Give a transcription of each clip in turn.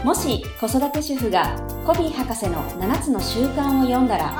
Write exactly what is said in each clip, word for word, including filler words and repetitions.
もし子育て主婦がコビー博士のななつの習慣を読んだら、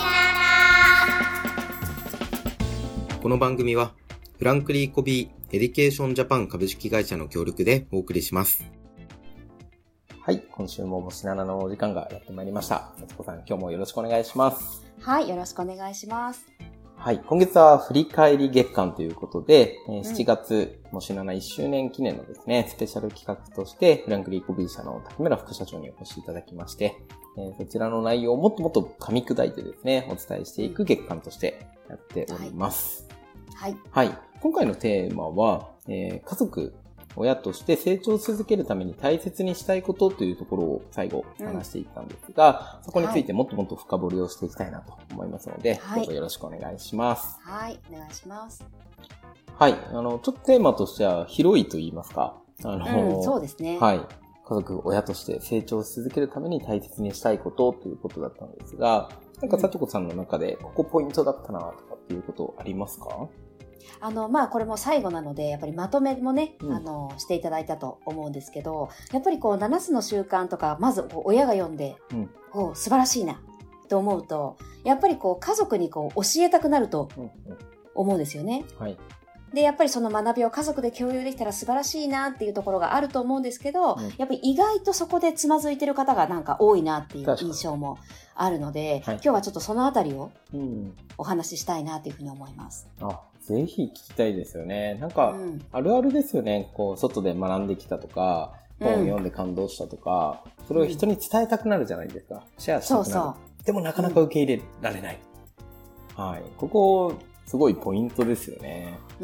この番組はフランクリー・コビー・エデュケーション・ジャパン株式会社の協力でお送りします。はい、今週ももしななのお時間がやってまいりました。さつこさん、今日もよろしくお願いします。 はい、よろしくお願いします。 はい、今月は振り返り月間ということで、しちがつ、うん、もしなないっしゅうねん記念のですね、スペシャル企画として、フランクリー・コビー社の竹村副社長にお越しいただきまして、えー、そちらの内容をもっともっと噛み砕いてですね、お伝えしていく月間としてやっております。 はい。 はい。はい、今回のテーマは、えー、家族、親として成長を続けるために大切にしたいことというところを最後話していったんですが、うん、そこについてもっともっと深掘りをしていきたいなと思いますので、はい、どうぞよろしくお願いします。 はい、お願いします。 はい。あの、ちょっとテーマとしては広いと言いますか。あの、 うん、そうですね。 はい。家族、親として成長を続けるために大切にしたいことということだったんですが、なんかさとこさんの中でここポイントだったなとかっていうことありますか？ あの、まあ、これも最後なので、やっぱりまとめもね、うん、あの、していただいたと思うんですけど、やっぱりこう、ななつの習慣とか、まず親が読んで、うん、こう、素晴らしいな、と思うと、やっぱりこう、家族にこう、教えたくなると思うんですよね。 うんうん、はい。 で、やっぱりその学びを家族で共有できたら素晴らしいなっていうところがあると思うんですけど、うん、やっぱり意外とそこでつまずいてる方がなんか多いなっていう印象もあるので、はい、今日はちょっとそのあたりをお話ししたいなというふうに思います。 うん、あ、ぜひ聞きたいですよね。なんか、うん、あるあるですよね。こう、外で学んできたとか、本を読んで感動したとか、うん、それを人に伝えたくなるじゃないですか。シェアしたくなる。そうそう。でもなかなか受け入れられない。うん、はい。ここ、すごいポイントですよね。 うん。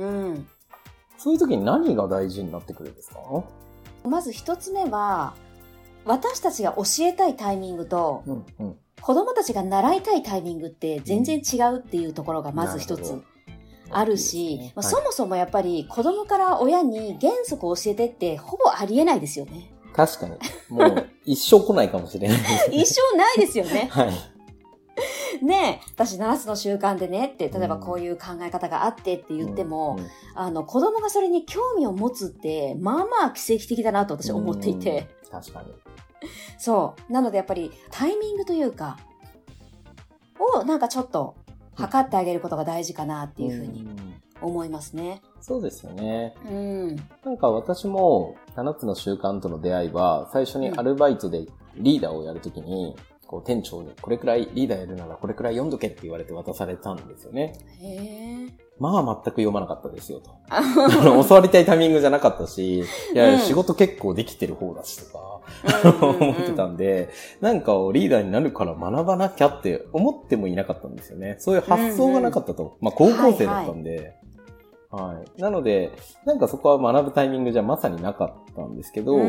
そういう時に何が大事になってくるんですか？ まず一つ目は、私たちが教えたいタイミングと、うんうん、子供たちが習いたいタイミングって全然違うっていうところがまず一つあるし、うんね、まあ、そもそもやっぱり子供から親に原則を教えてってほぼありえないですよね。 確かに。もう一生来ないかもしれないですね。 一生ないですよね。 はい。 ねえ、私ななつの習慣でねって、例えばこういう考え方があってって言っても、うんうん、あの、子供がそれに興味を持つって、まあまあ奇跡的だなと私は思っていて。 うん、確かに。 そう。なのでやっぱりタイミングというか、をなんかちょっと測ってあげることが大事かなっていうふうに思いますね。 うん、そうですよね。 うん。 なんか私もななつの習慣との出会いは、最初にアルバイトでリーダーをやるときに、こう店長にこれくらいリーダーやるならこれくらい読んどけって言われて渡されたんですよね。 へー。 まあ全く読まなかったですよと。あの教わりたいタイミングじゃなかったし、いや、うん、仕事結構できてる方だしとか、うんうんうん、思ってたんで、なんかリーダーになるから学ばなきゃって思ってもいなかったんですよね。そういう発想がなかったと。うんうん、まあ高校生だったんで。はいはいはい。なので、なんかそこは学ぶタイミングじゃまさになかったんですけど、うん、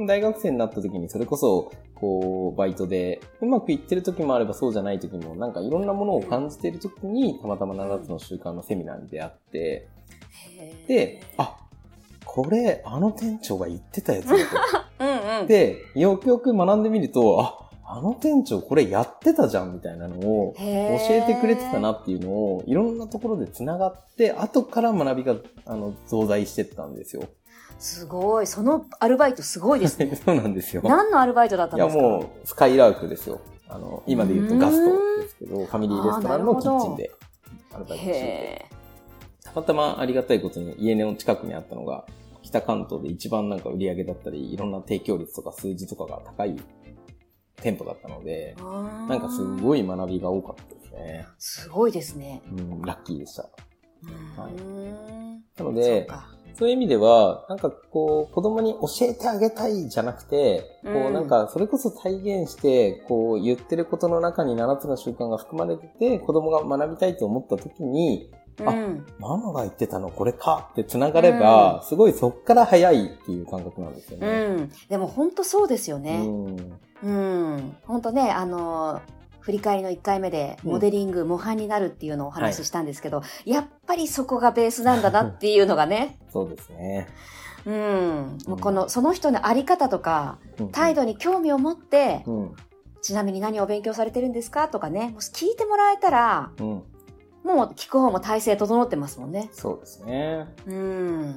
大学生になった時にそれこそ、こう、バイトでうまくいってる時もあればそうじゃない時も、なんかいろんなものを感じている時に、たまたまななつの習慣のセミナーに出会って、で、あ、これ、あの店長が言ってたやつだと。うんうん、で、よくよく学んでみると、あ、あの店長これやってたじゃんみたいなのを教えてくれてたなっていうのをいろんなところで繋がって後から学びがあの増大してったんですよ。 すごい。そのアルバイトすごいですね。 そうなんですよ。 何のアルバイトだったんですか？ いやもうスカイラークですよ。あの今で言うとガストですけど、ファミリーレストランのキッチンでアルバイトしてて、たまたまありがたいことに家の近くにあったのが北関東で一番なんか売り上げだったりいろんな提供率とか数字とかが高い店舗だったので、なんかすごい学びが多かったですね。 すごいですね。 うん、ラッキーでした。はい、なので、そうか、そういう意味では、なんかこう、子供に教えてあげたいじゃなくて、こうなんかそれこそ体現して、こう言ってることの中にななつの習慣が含まれてて、子供が学びたいと思った時に、うん、あ、ママが言ってたのこれかって繋がれば、うん、すごいそっから早いっていう感覚なんですよね。 うん。でも本当そうですよね。うん。うん。本当ね、あの、振り返りのいっかいめでモデリング、うん、模範になるっていうのをお話ししたんですけど、はい、やっぱりそこがベースなんだなっていうのがね。 そうですね。 うん。もうこの、その人のあり方とか、うん、態度に興味を持って、うん、ちなみに何を勉強されてるんですかとかね、もし聞いてもらえたら、うん、 もう聞く方も体制整ってますもんね。 そうですね。 うん。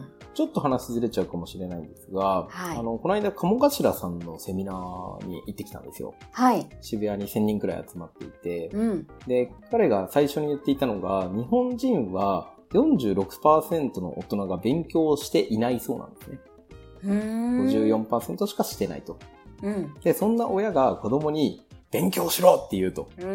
ちょっと話ずれちゃうかもしれないんですが、 はい、 あの、この間、鴨頭さんのセミナーに行ってきたんですよ。 はい。 渋谷にせんにんくらい集まっていて、 うん、で、 彼が最初に言っていたのが、日本人は よんじゅうろくパーセント の大人が勉強をしていないそうなんですね。 うーんごじゅうよんパーセント しかしてないと。 うん、で、 そんな親が子供に勉強しろって言うと。うん、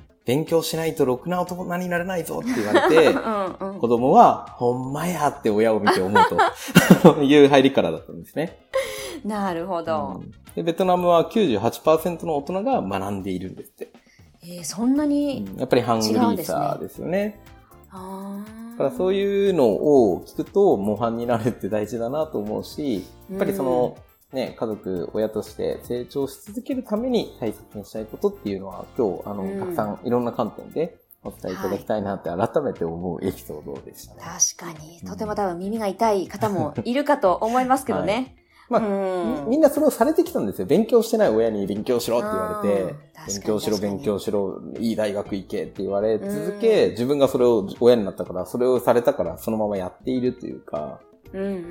勉強しないとろくな大人になれないぞって言われて、うんうん、子供はほんまやって親を見て思うという入りからだったんですね。 なるほど、 うん、で。ベトナムは きゅうじゅうはちパーセント の大人が学んでいるんですって。 えー、そんなに、 うん、やっぱりハングリーさですよね。あだからそういうのを聞くと模範になるって大事だなと思うし、やっぱりその、うん、ね、家族、親として成長し続けるために大切にしたいことっていうのは今日、あの、うん、たくさんいろんな観点でお伝えいただきたいなって改めて思うエピソードでしたね。 はい、確かに。とても多分耳が痛い方もいるかと思いますけどね。はいまあ、うん、みんなそれをされてきたんですよ。勉強してない親に勉強しろって言われて、勉強しろ勉強しろ、いい大学行けって言われ続け、自分がそれを親になったから、それをされたからそのままやっているというか、うんうんうん、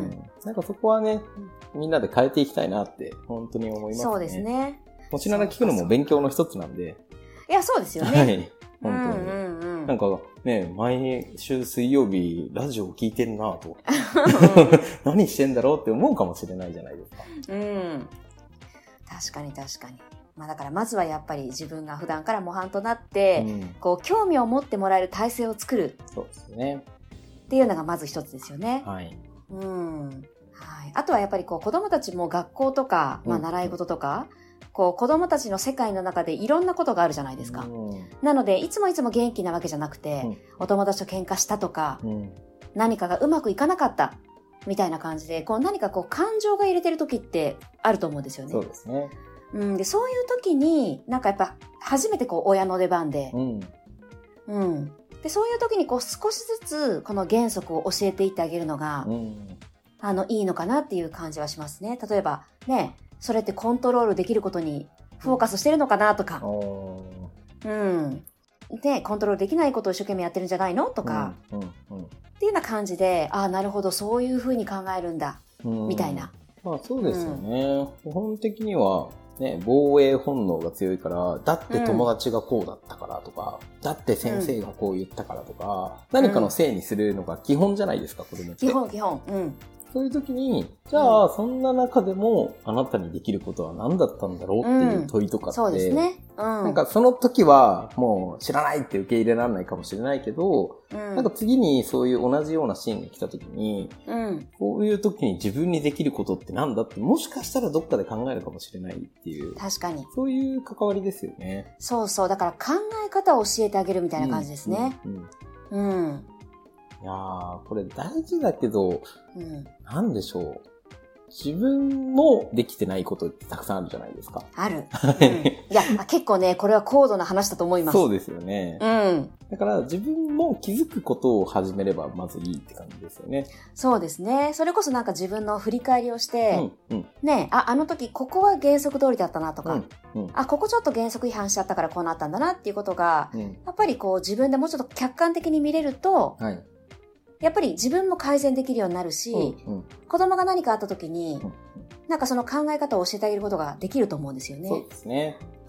なんかそこはね、みんなで変えていきたいなって本当に思いますね。 そうですね。 もちなら聞くのも勉強の一つなんで。 いや、そうですよね。 はい。本当に。うんうんうん、なんかね、毎週水曜日ラジオ聞いてるなぁと。何してんだろうって思うかもしれないじゃないですか。 うん。確かに確かに。まあだからまずはやっぱり自分が普段から模範となって、うん、こう興味を持ってもらえる体制を作る。 そうですね。 っていうのがまず一つですよね。 はい。 うん。はい。あとはやっぱりこう子供たちも学校とか、まあ習い事とか、うんこう子供たちの世界の中でいろんなことがあるじゃないですか。うん、なので、いつもいつも元気なわけじゃなくて、うん、お友達と喧嘩したとか、うん、何かがうまくいかなかったみたいな感じで、こう何かこう感情が入れてる時ってあると思うんですよね。 そうですね。 うん、でそういう時に、なんかやっぱ初めてこう親の出番で、うんうん、でそういう時にこう少しずつこの原則を教えていってあげるのが、うん、あのいいのかなっていう感じはしますね。例えばね、それってコントロールできることにフォーカスしてるのかなとか、うん。で、コントロールできないことを一生懸命やってるんじゃないのとか、うんうんうん、っていうような感じで、ああ、なるほど、そういうふうに考えるんだ、みたいな。 まあそうですよね。うん、基本的には、ね、防衛本能が強いから、だって友達がこうだったからとか、うん、だって先生がこう言ったからとか、うん、何かのせいにするのが基本じゃないですか、子供って。 基本、基本。うん。 そういう時に、じゃあ、そんな中でも、あなたにできることは何だったんだろうっていう問いとかって、うん、そうですね。うん、なんかその時は、もう知らないって受け入れられないかもしれないけど、うん、なんか次にそういう同じようなシーンが来た時に、うん、こういう時に自分にできることってなんだって、もしかしたらどっかで考えるかもしれないっていう。 確かに。 そういう関わりですよね。 そうそう。だから考え方を教えてあげるみたいな感じですね。うん。うん。うんいやー、これ大事だけど、うん、なんでしょう。自分もできてないことってたくさんあるじゃないですか。 ある。うん、いや、結構ね、これは高度な話だと思います。 そうですよね。うん。だから自分も気づくことを始めればまずいいって感じですよね。 そうですね。それこそなんか自分の振り返りをして、うんうん、ね、あ、あの時ここは原則通りだったなとか、うんうん、あ、ここちょっと原則違反しちゃったからこうなったんだなっていうことが、うん、やっぱりこう自分でもうちょっと客観的に見れると、はいやっぱり自分も改善できるようになるし、うんうん、子供が何かあった時に、うん、なんかその考え方を教えてあげることができると思うんですよね。 そうですね。うん、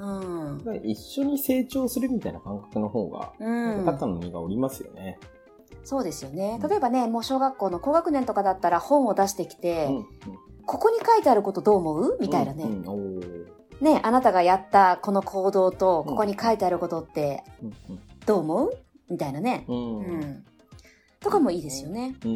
一緒に成長するみたいな感覚の方が、うん、肩の荷が下りますよね。 そうですよね。例えばね、もう小学校の高学年とかだったら本を出してきて、うんうん、ここに書いてあることどう思うみたいなね。うんうん、ね、あなたがやったこの行動と、ここに書いてあることって、どう思うみたいなね。うんうんとかもいいですよね。うん。うん、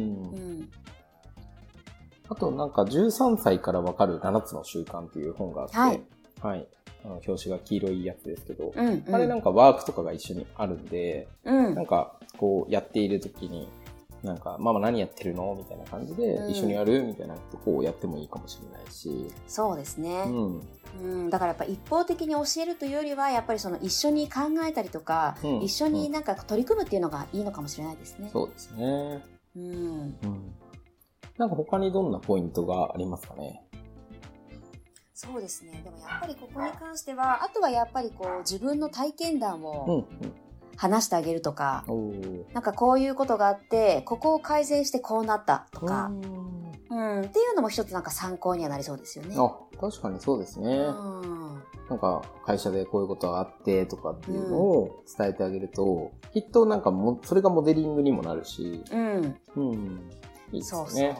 あとなんかじゅうさんさいからわかるななつの習慣っていう本があって、はい。はい。あの表紙が黄色いやつですけど、うんうん、あれなんかワークとかが一緒にあるんで、うん、なんかこうやっている時に、なんかママ何やってるのみたいな感じで、うん、一緒にやるみたいなこうやってもいいかもしれないし。 そうですね。うんうん、だからやっぱ一方的に教えるというよりはやっぱりその一緒に考えたりとか、うん、一緒になんか取り組むっていうのがいいのかもしれないですね。 そうですね。うん。うん、なんか他にどんなポイントがありますかね。 そうですね。でもやっぱりここに関してはあとはやっぱりこう自分の体験談を、うんうん話してあげるとか、なんかこういうことがあって、ここを改善してこうなったとか、うん、っていうのも一つなんか参考にはなりそうですよね。 あ、確かにそうですね。うんなんか会社でこういうことがあってとかっていうのを伝えてあげると、うん、きっとなんかもそれがモデリングにもなるし、うん、うん、いいですね。そうそう。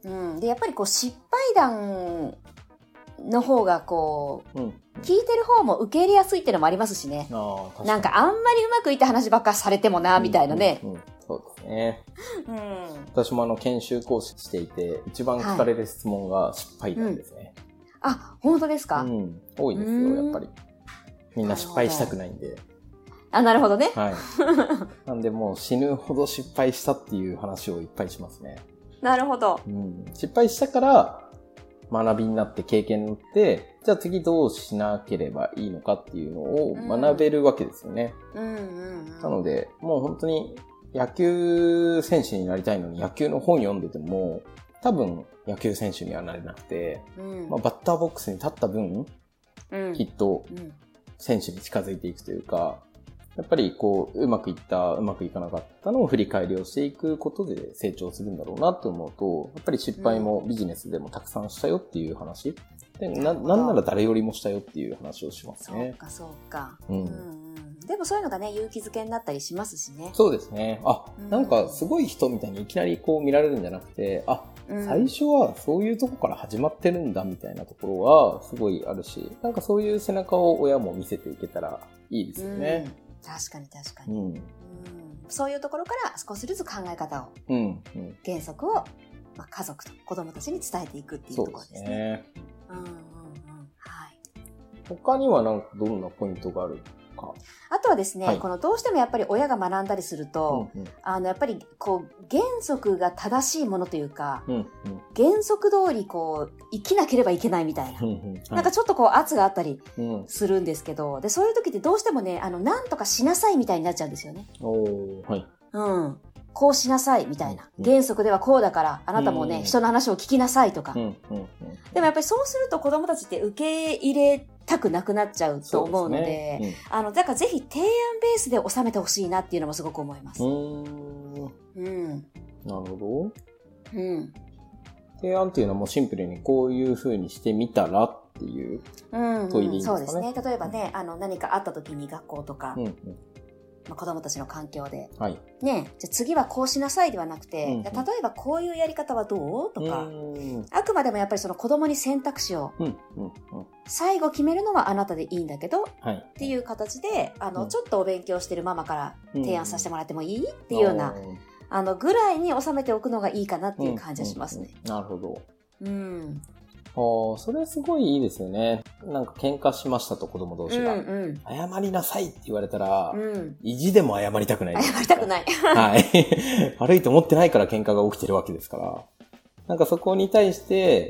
うん、でやっぱりこう失敗談の方がこう、うん、聞いてる方も受け入れやすいっていうのもありますしね。あ確かになんかあんまりうまくいった話ばっかされてもな、みたいなね。うんうんうん、 そうですね。うん、私もあの研修講師していて一番聞かれる質問が失敗談ですね。はいうん、あ、本当ですか？ うん、多いですよ、やっぱり。みんな失敗したくないんで。 あ、なるほどね。 はい。なんでもう死ぬほど失敗したっていう話をいっぱいしますね。 なるほど。 うん、失敗したから学びになって経験になって、じゃあ次どうしなければいいのかっていうのを学べるわけですよね。うんうんうん、なので、もう本当に野球選手になりたいのに野球の本読んでても、多分野球選手にはなれなくて、うんまあ、バッターボックスに立った分、うん、きっと選手に近づいていくというか、やっぱりこう、うまくいった、うまくいかなかったのを振り返りをしていくことで成長するんだろうなって思うと、やっぱり失敗もビジネスでもたくさんしたよっていう話。でな、なんなら誰よりもしたよっていう話をしますね。 そうか、そうか。うん。うんうん、でもそういうのがね、勇気づけになったりしますしね。 そうですね。あ、なんかすごい人みたいにいきなりこう見られるんじゃなくて、あ、うん、最初はそういうとこから始まってるんだみたいなところはすごいあるし、なんかそういう背中を親も見せていけたらいいですよね。 うん確かに確かに、うんうん、そういうところから少しずつ考え方を、うんうん、原則を、まあ、家族と子供たちに伝えていくっていうところですね。そうですね。うんうんうんはい、他にはなんかどんなポイントがあるか。 あとはですね、はい、このどうしてもやっぱり親が学んだりすると、うんうん、あのやっぱりこう原則が正しいものというか、うんうん、原則通りこう生きなければいけないみたいな、うんうんはい、なんかちょっとこう圧があったりするんですけど、うん、でそういう時ってどうしてもね、あのなんとかしなさいみたいになっちゃうんですよね。おー、はい。うん。こうしなさいみたいな、うん、原則ではこうだからあなたもね、うん、人の話を聞きなさいとか、うんうんうん、でもやっぱりそうすると子供たちって受け入れたくなくなっちゃうと思うので、ねうん、あのだからぜひ提案ベースで収めてほしいなっていうのもすごく思います。うーん、 うん、なるほど、うん、提案っていうのはもうシンプルにこういう風にしてみたらっていう問いでいいんですかね。 そうですね。例えばね、あの何かあった時に学校とか、うんうんまあ、子供たちの環境で、はい、ね、じゃあ次はこうしなさいではなくて、うんうん、例えばこういうやり方はどうとか、あくまでもやっぱりその子供に選択肢を、うんうんうん、最後決めるのはあなたでいいんだけど、はい、っていう形で、あの、うん、ちょっとお勉強してるママから提案させてもらってもいい、うん、っていうような、あの、ぐらいに収めておくのがいいかなっていう感じはしますね。 うんうんうん、なるほど。うん。ああ、それすごいいいですよね。なんか喧嘩しましたと子供同士が。うんうん、謝りなさいって言われたら、うん、意地でも謝りたくない。 謝りたくない。 はい。悪いと思ってないから喧嘩が起きてるわけですから。なんかそこに対して、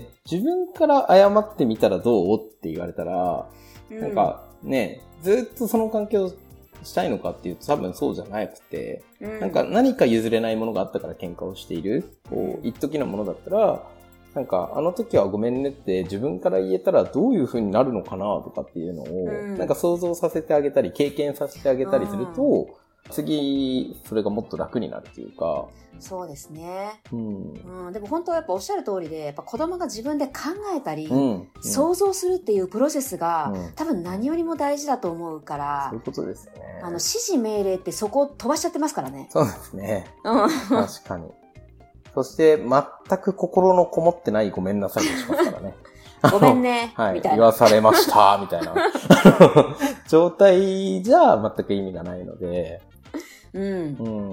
自分から謝ってみたらどうって言われたら、うん、なんかね、ずっとその関係をしたいのかっていうと多分そうじゃなくて、うん、なんか何か譲れないものがあったから喧嘩をしている。こう、一時のものだったら、なんか、あの時はごめんねって自分から言えたらどういう風になるのかなとかっていうのを、なんか想像させてあげたり、経験させてあげたりすると、次、それがもっと楽になるというか。 そうですね。うん。うん、でも本当はやっぱおっしゃる通りで、やっぱ子供が自分で考えたり、うんうん、想像するっていうプロセスが、うん、多分何よりも大事だと思うから、 そういうことですね。 あの、指示命令ってそこを飛ばしちゃってますからね。 そうですね。確かに。そして、全く心のこもってないごめんなさいとしますからね。 ごめんね、 はい、 みたいな。 言わされました、みたいな状態じゃ全く意味がないので。うん。うん。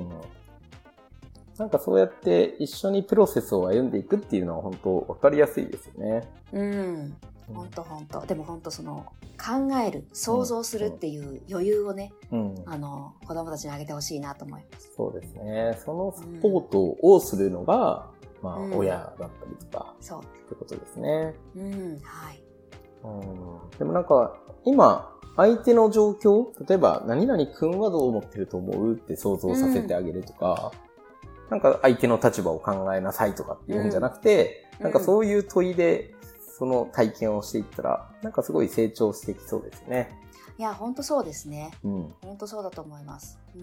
なんかそうやって一緒にプロセスを歩んでいくっていうのは本当分かりやすいですよね。うん。 本当本当。でも本当その考える、想像するっていう余裕をね、うん、あの子供たちにあげてほしいなと思います。 そうですね。そのサポートをするのが、うん、まあ、うん、親だったりとか、そうってことですね。うん、はい。うん、でもなんか今相手の状況、例えば何々くんはどう思ってると思うって想像させてあげるとか、うん、なんか相手の立場を考えなさいとかっていうんじゃなくて、うん、なんかそういう問いでその体験をしていったら、なんかすごい成長していきそうですね。 いや、本当そうですね。うん。本当そうだと思います。うん。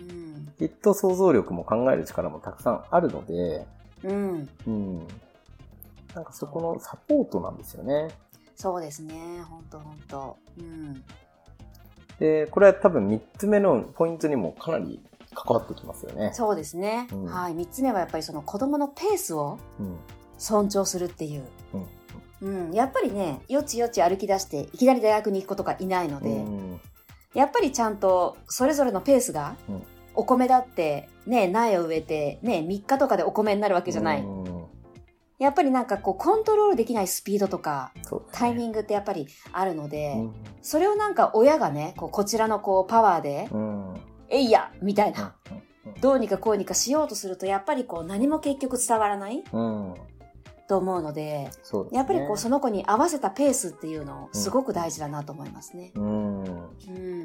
きっと想像力も考える力もたくさんあるので、 うん。 うん。なんかそこのサポートなんですよね。 そうですね。本当本当。うん。 で、これは多分みっつめのポイントにもかなり関わってきますよね。 そうですね。うん、はい。みっつめはやっぱりその子供のペースを尊重するっていう。うん。うん、やっぱりね、よちよち歩き出していきなり大学に行く子とかいないので、うん、やっぱりちゃんとそれぞれのペースが、うん、お米だってね、苗を植えてね、みっかとかでお米になるわけじゃない。うん、やっぱりなんかこうコントロールできないスピードとか、ね、タイミングってやっぱりあるので、うん、それをなんか親がね、こうこちらのこうパワーで、うん、えいやみたいな、うん、どうにかこうにかしようとするとやっぱりこう何も結局伝わらない、うん、と思うので、そうですね、やっぱりこうその子に合わせたペースっていうのすごく大事だなと思いますね。うん。うん、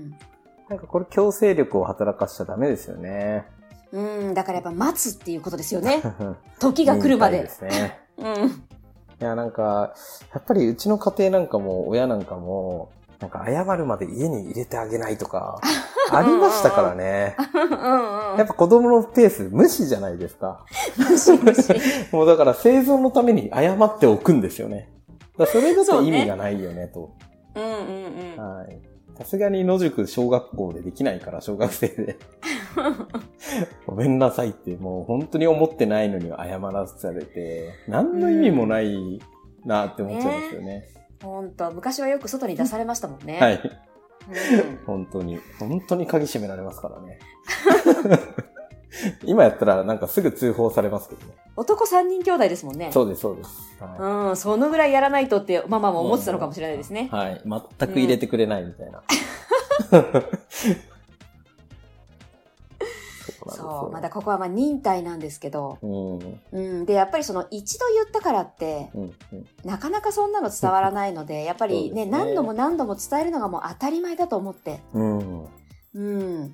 なんかこれ強制力を働かしちゃダメですよね。 うん、だからやっぱ待つっていうことですよね。時が来るまで。 ですね。うん。いや、なんか、やっぱりうちの家庭なんかも、親なんかも、なんか謝るまで家に入れてあげないとか、ありましたからね。うんうん、やっぱ子供のペース無視じゃないですか。 無視無視。 もうだから生存のために謝っておくんですよね。だそれだと意味がないよね、と。うんうんうん。はい。さすがに野宿小学校でできないから、小学生で。ごめんなさいってもう本当に思ってないのに謝らされて、何の意味もないなって思っちゃうんですよね。ね、 本当昔はよく外に出されましたもんね。 はい。うん、本当に、本当に鍵閉められますからね。今やったらなんかすぐ通報されますけどね。 男さんにん兄弟ですもんね。 そうです、そうです。 はい、うん、そのぐらいやらないとってママも思ってたのかもしれないですね。 はい。全く入れてくれないみたいな。 うん、そう。まだここはまあ忍耐なんですけど。うん。うん。で、やっぱりその一度言ったからって、うんうん、なかなかそんなの伝わらないので、やっぱり ね, ね、何度も何度も伝えるのがもう当たり前だと思って。うん。うん。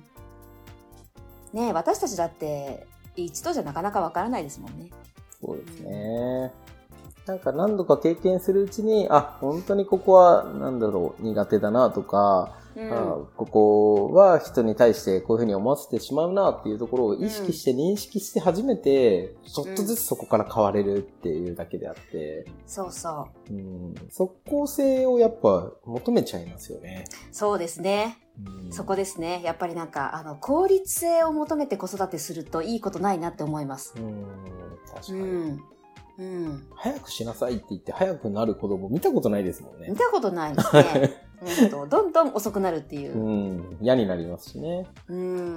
ね、私たちだって一度じゃなかなかわからないですもんね。 そうですね。なんか何度か経験するうちに、あ、本当にここはなんだろう、苦手だなとか、うん、あここは人に対してこういうふうに思わせてしまうなっていうところを意識して認識して初めて、ちょっとずつそこから変われるっていうだけであって。うん、 そうそう。 うん、即効性をやっぱ求めちゃいますよね。 そうですね。うん、そこですね。やっぱりなんか、あの、効率性を求めて子育てするといいことないなって思います。うん、 確かに。うんうん、早くしなさいって言って早くなる子供見たことないですもんね。 見たことないですね。うんと、どんどん遅くなるっていう。 うん、嫌になりますしね。うん。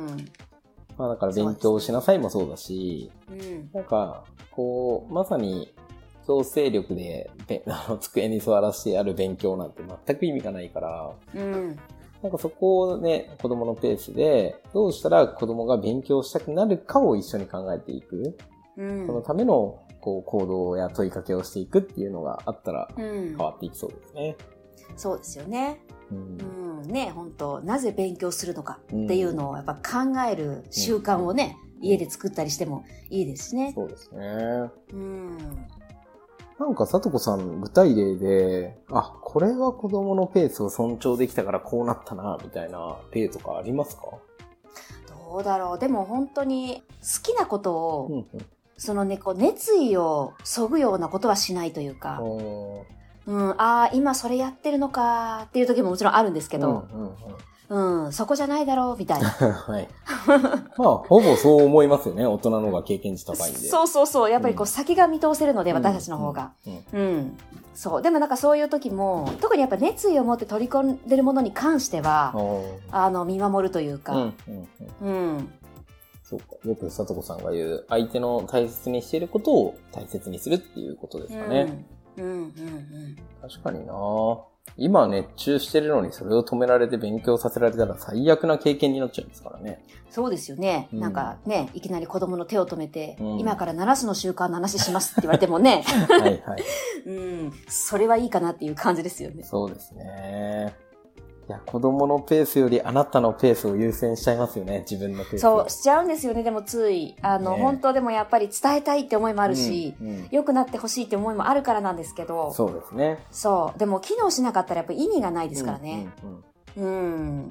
まあだから勉強しなさいもそうだし、うん、なんか、こう、まさに強制力であの机に座らせてやる勉強なんて全く意味がないから、うん、なんかそこをね、子供のペースでどうしたら子供が勉強したくなるかを一緒に考えていく。うん、そのためのこう行動や問いかけをしていくっていうのがあったら変わっていきそうですね。 うん、そうですよね。うん、うん、ね、本当なぜ勉強するのかっていうのをやっぱ考える習慣をね、うん、家で作ったりしてもいいですしね。 そうですね。うん。なんか、さとこさん、具体例で、あ、これは子供のペースを尊重できたからこうなったな、みたいな例とかありますか？ どうだろう。でも本当に好きなことを、うんうん、そのね、こう熱意をそぐようなことはしないというか、うん、ああ、今それやってるのかっていう時ももちろんあるんですけど、うんうんうんうん、そこじゃないだろうみたいな。はい。 まあ、ほぼそう思いますよね。大人の方が経験値高いんで。 そうそうそう。やっぱりこう先が見通せるので、うん、私たちの方が、うんうんうん。そう。でもなんかそういう時も、特にやっぱ熱意を持って取り込んでるものに関しては、あの、見守るというか。うんうんうん。うん、 そうか。よくさとこさんが言う、相手の大切にしていることを大切にするっていうことですかね。うん。うんうんうん。確かになぁ。今熱中してるのにそれを止められて勉強させられたら最悪な経験になっちゃうんですからね。 そうですよね。うん、なんかね、いきなり子供の手を止めて、うん、今からななつの習慣の話しますって言われてもね。はいはい。うん。それはいいかなっていう感じですよね。 そうですね。いや、子供のペースよりあなたのペースを優先しちゃいますよね、自分のペース。 そう、しちゃうんですよね、でもつい。あの、ね、本当でもやっぱり伝えたいって思いもあるし、うんうん、良くなってほしいって思いもあるからなんですけど。 そうですね。 そう。でも機能しなかったらやっぱり意味がないですからね。うんうんうん、 うん。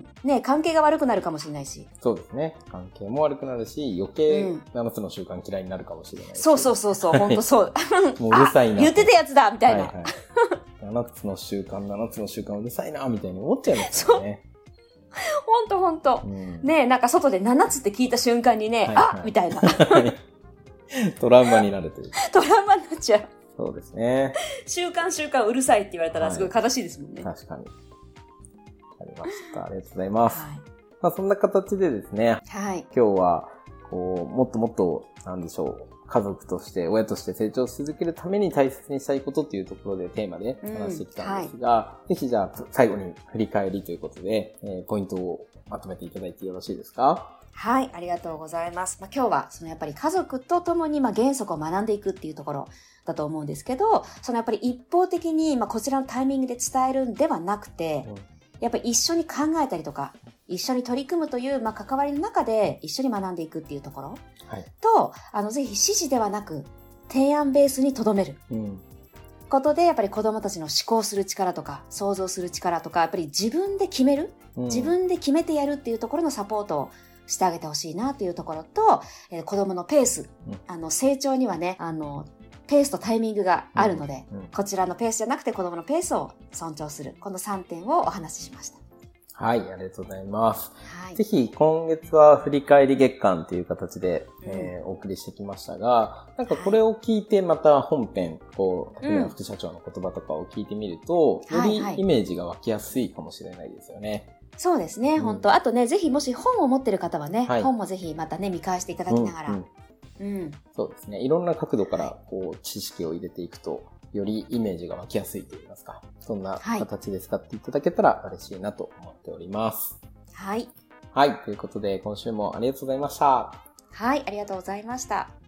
ね、関係が悪くなるかもしれないし。 そうですね。関係も悪くなるし、余計ななつの習慣嫌いになるかもしれないし、 うん。そうそうそうそう、ほんとそう。 もううるさいな。 言ってたやつだみたいな。はいはい、 ななつの習慣、ななつの習慣うるさいなみたいに思っちゃいますよね。 ほんとほんと。ね、なんか外でななつって聞いた瞬間にね、はいはい、あみたいな。 トラウマになるという。 トラウマになっちゃう。 そうですね。 習慣習慣うるさいって言われたらすごい悲しいですもんね。 はい、確かに。ありました。ありがとうございます。はい、まあそんな形でですね。はい。今日は、こう、もっともっと、なんでしょう。家族として、親として成長し続けるために大切にしたいことっていうところでテーマで話してきたんですが、うんはい、ぜひじゃあ最後に振り返りということで、えー、ポイントをまとめていただいてよろしいですか？ はい、ありがとうございます。まあ、今日はそのやっぱり家族と共にまあ原則を学んでいくっていうところだと思うんですけど、そのやっぱり一方的にまあこちらのタイミングで伝えるんではなくて、うん、やっぱり一緒に考えたりとか、一緒に取り組むというまあ関わりの中で一緒に学んでいくっていうところ、はい、と、あのぜひ指示ではなく提案ベースに留める。うんことで、やっぱり子供たちの思考する力とか、想像する力とか、やっぱり自分で決める、うん、自分で決めてやるっていうところのサポートをしてあげてほしいなというところと、えー、子供のペース、うん、あの、成長にはね、あの、ペースとタイミングがあるので、うんうん、こちらのペースじゃなくて子供のペースを尊重する。このさんてんをお話ししました。 はい、ありがとうございます。はい、ぜひ今月は振り返り月間という形で、うんえー、お送りしてきましたが、なんかこれを聞いてまた本編、こう、竹村副社長の言葉とかを聞いてみると、うん、よりイメージが湧きやすいかもしれないですよね。はいはい、 そうですね、うん、本当あとね、ぜひもし本を持ってる方はね、はい、本もぜひまたね、見返していただきながら。うんうんうん、そうですね。いろんな角度からこう知識を入れていくと、よりイメージが湧きやすいといいますか、そんな形で使っていただけたら嬉しいなと思っております。 はい。 はい。ということで、今週もありがとうございました。 はい。ありがとうございました。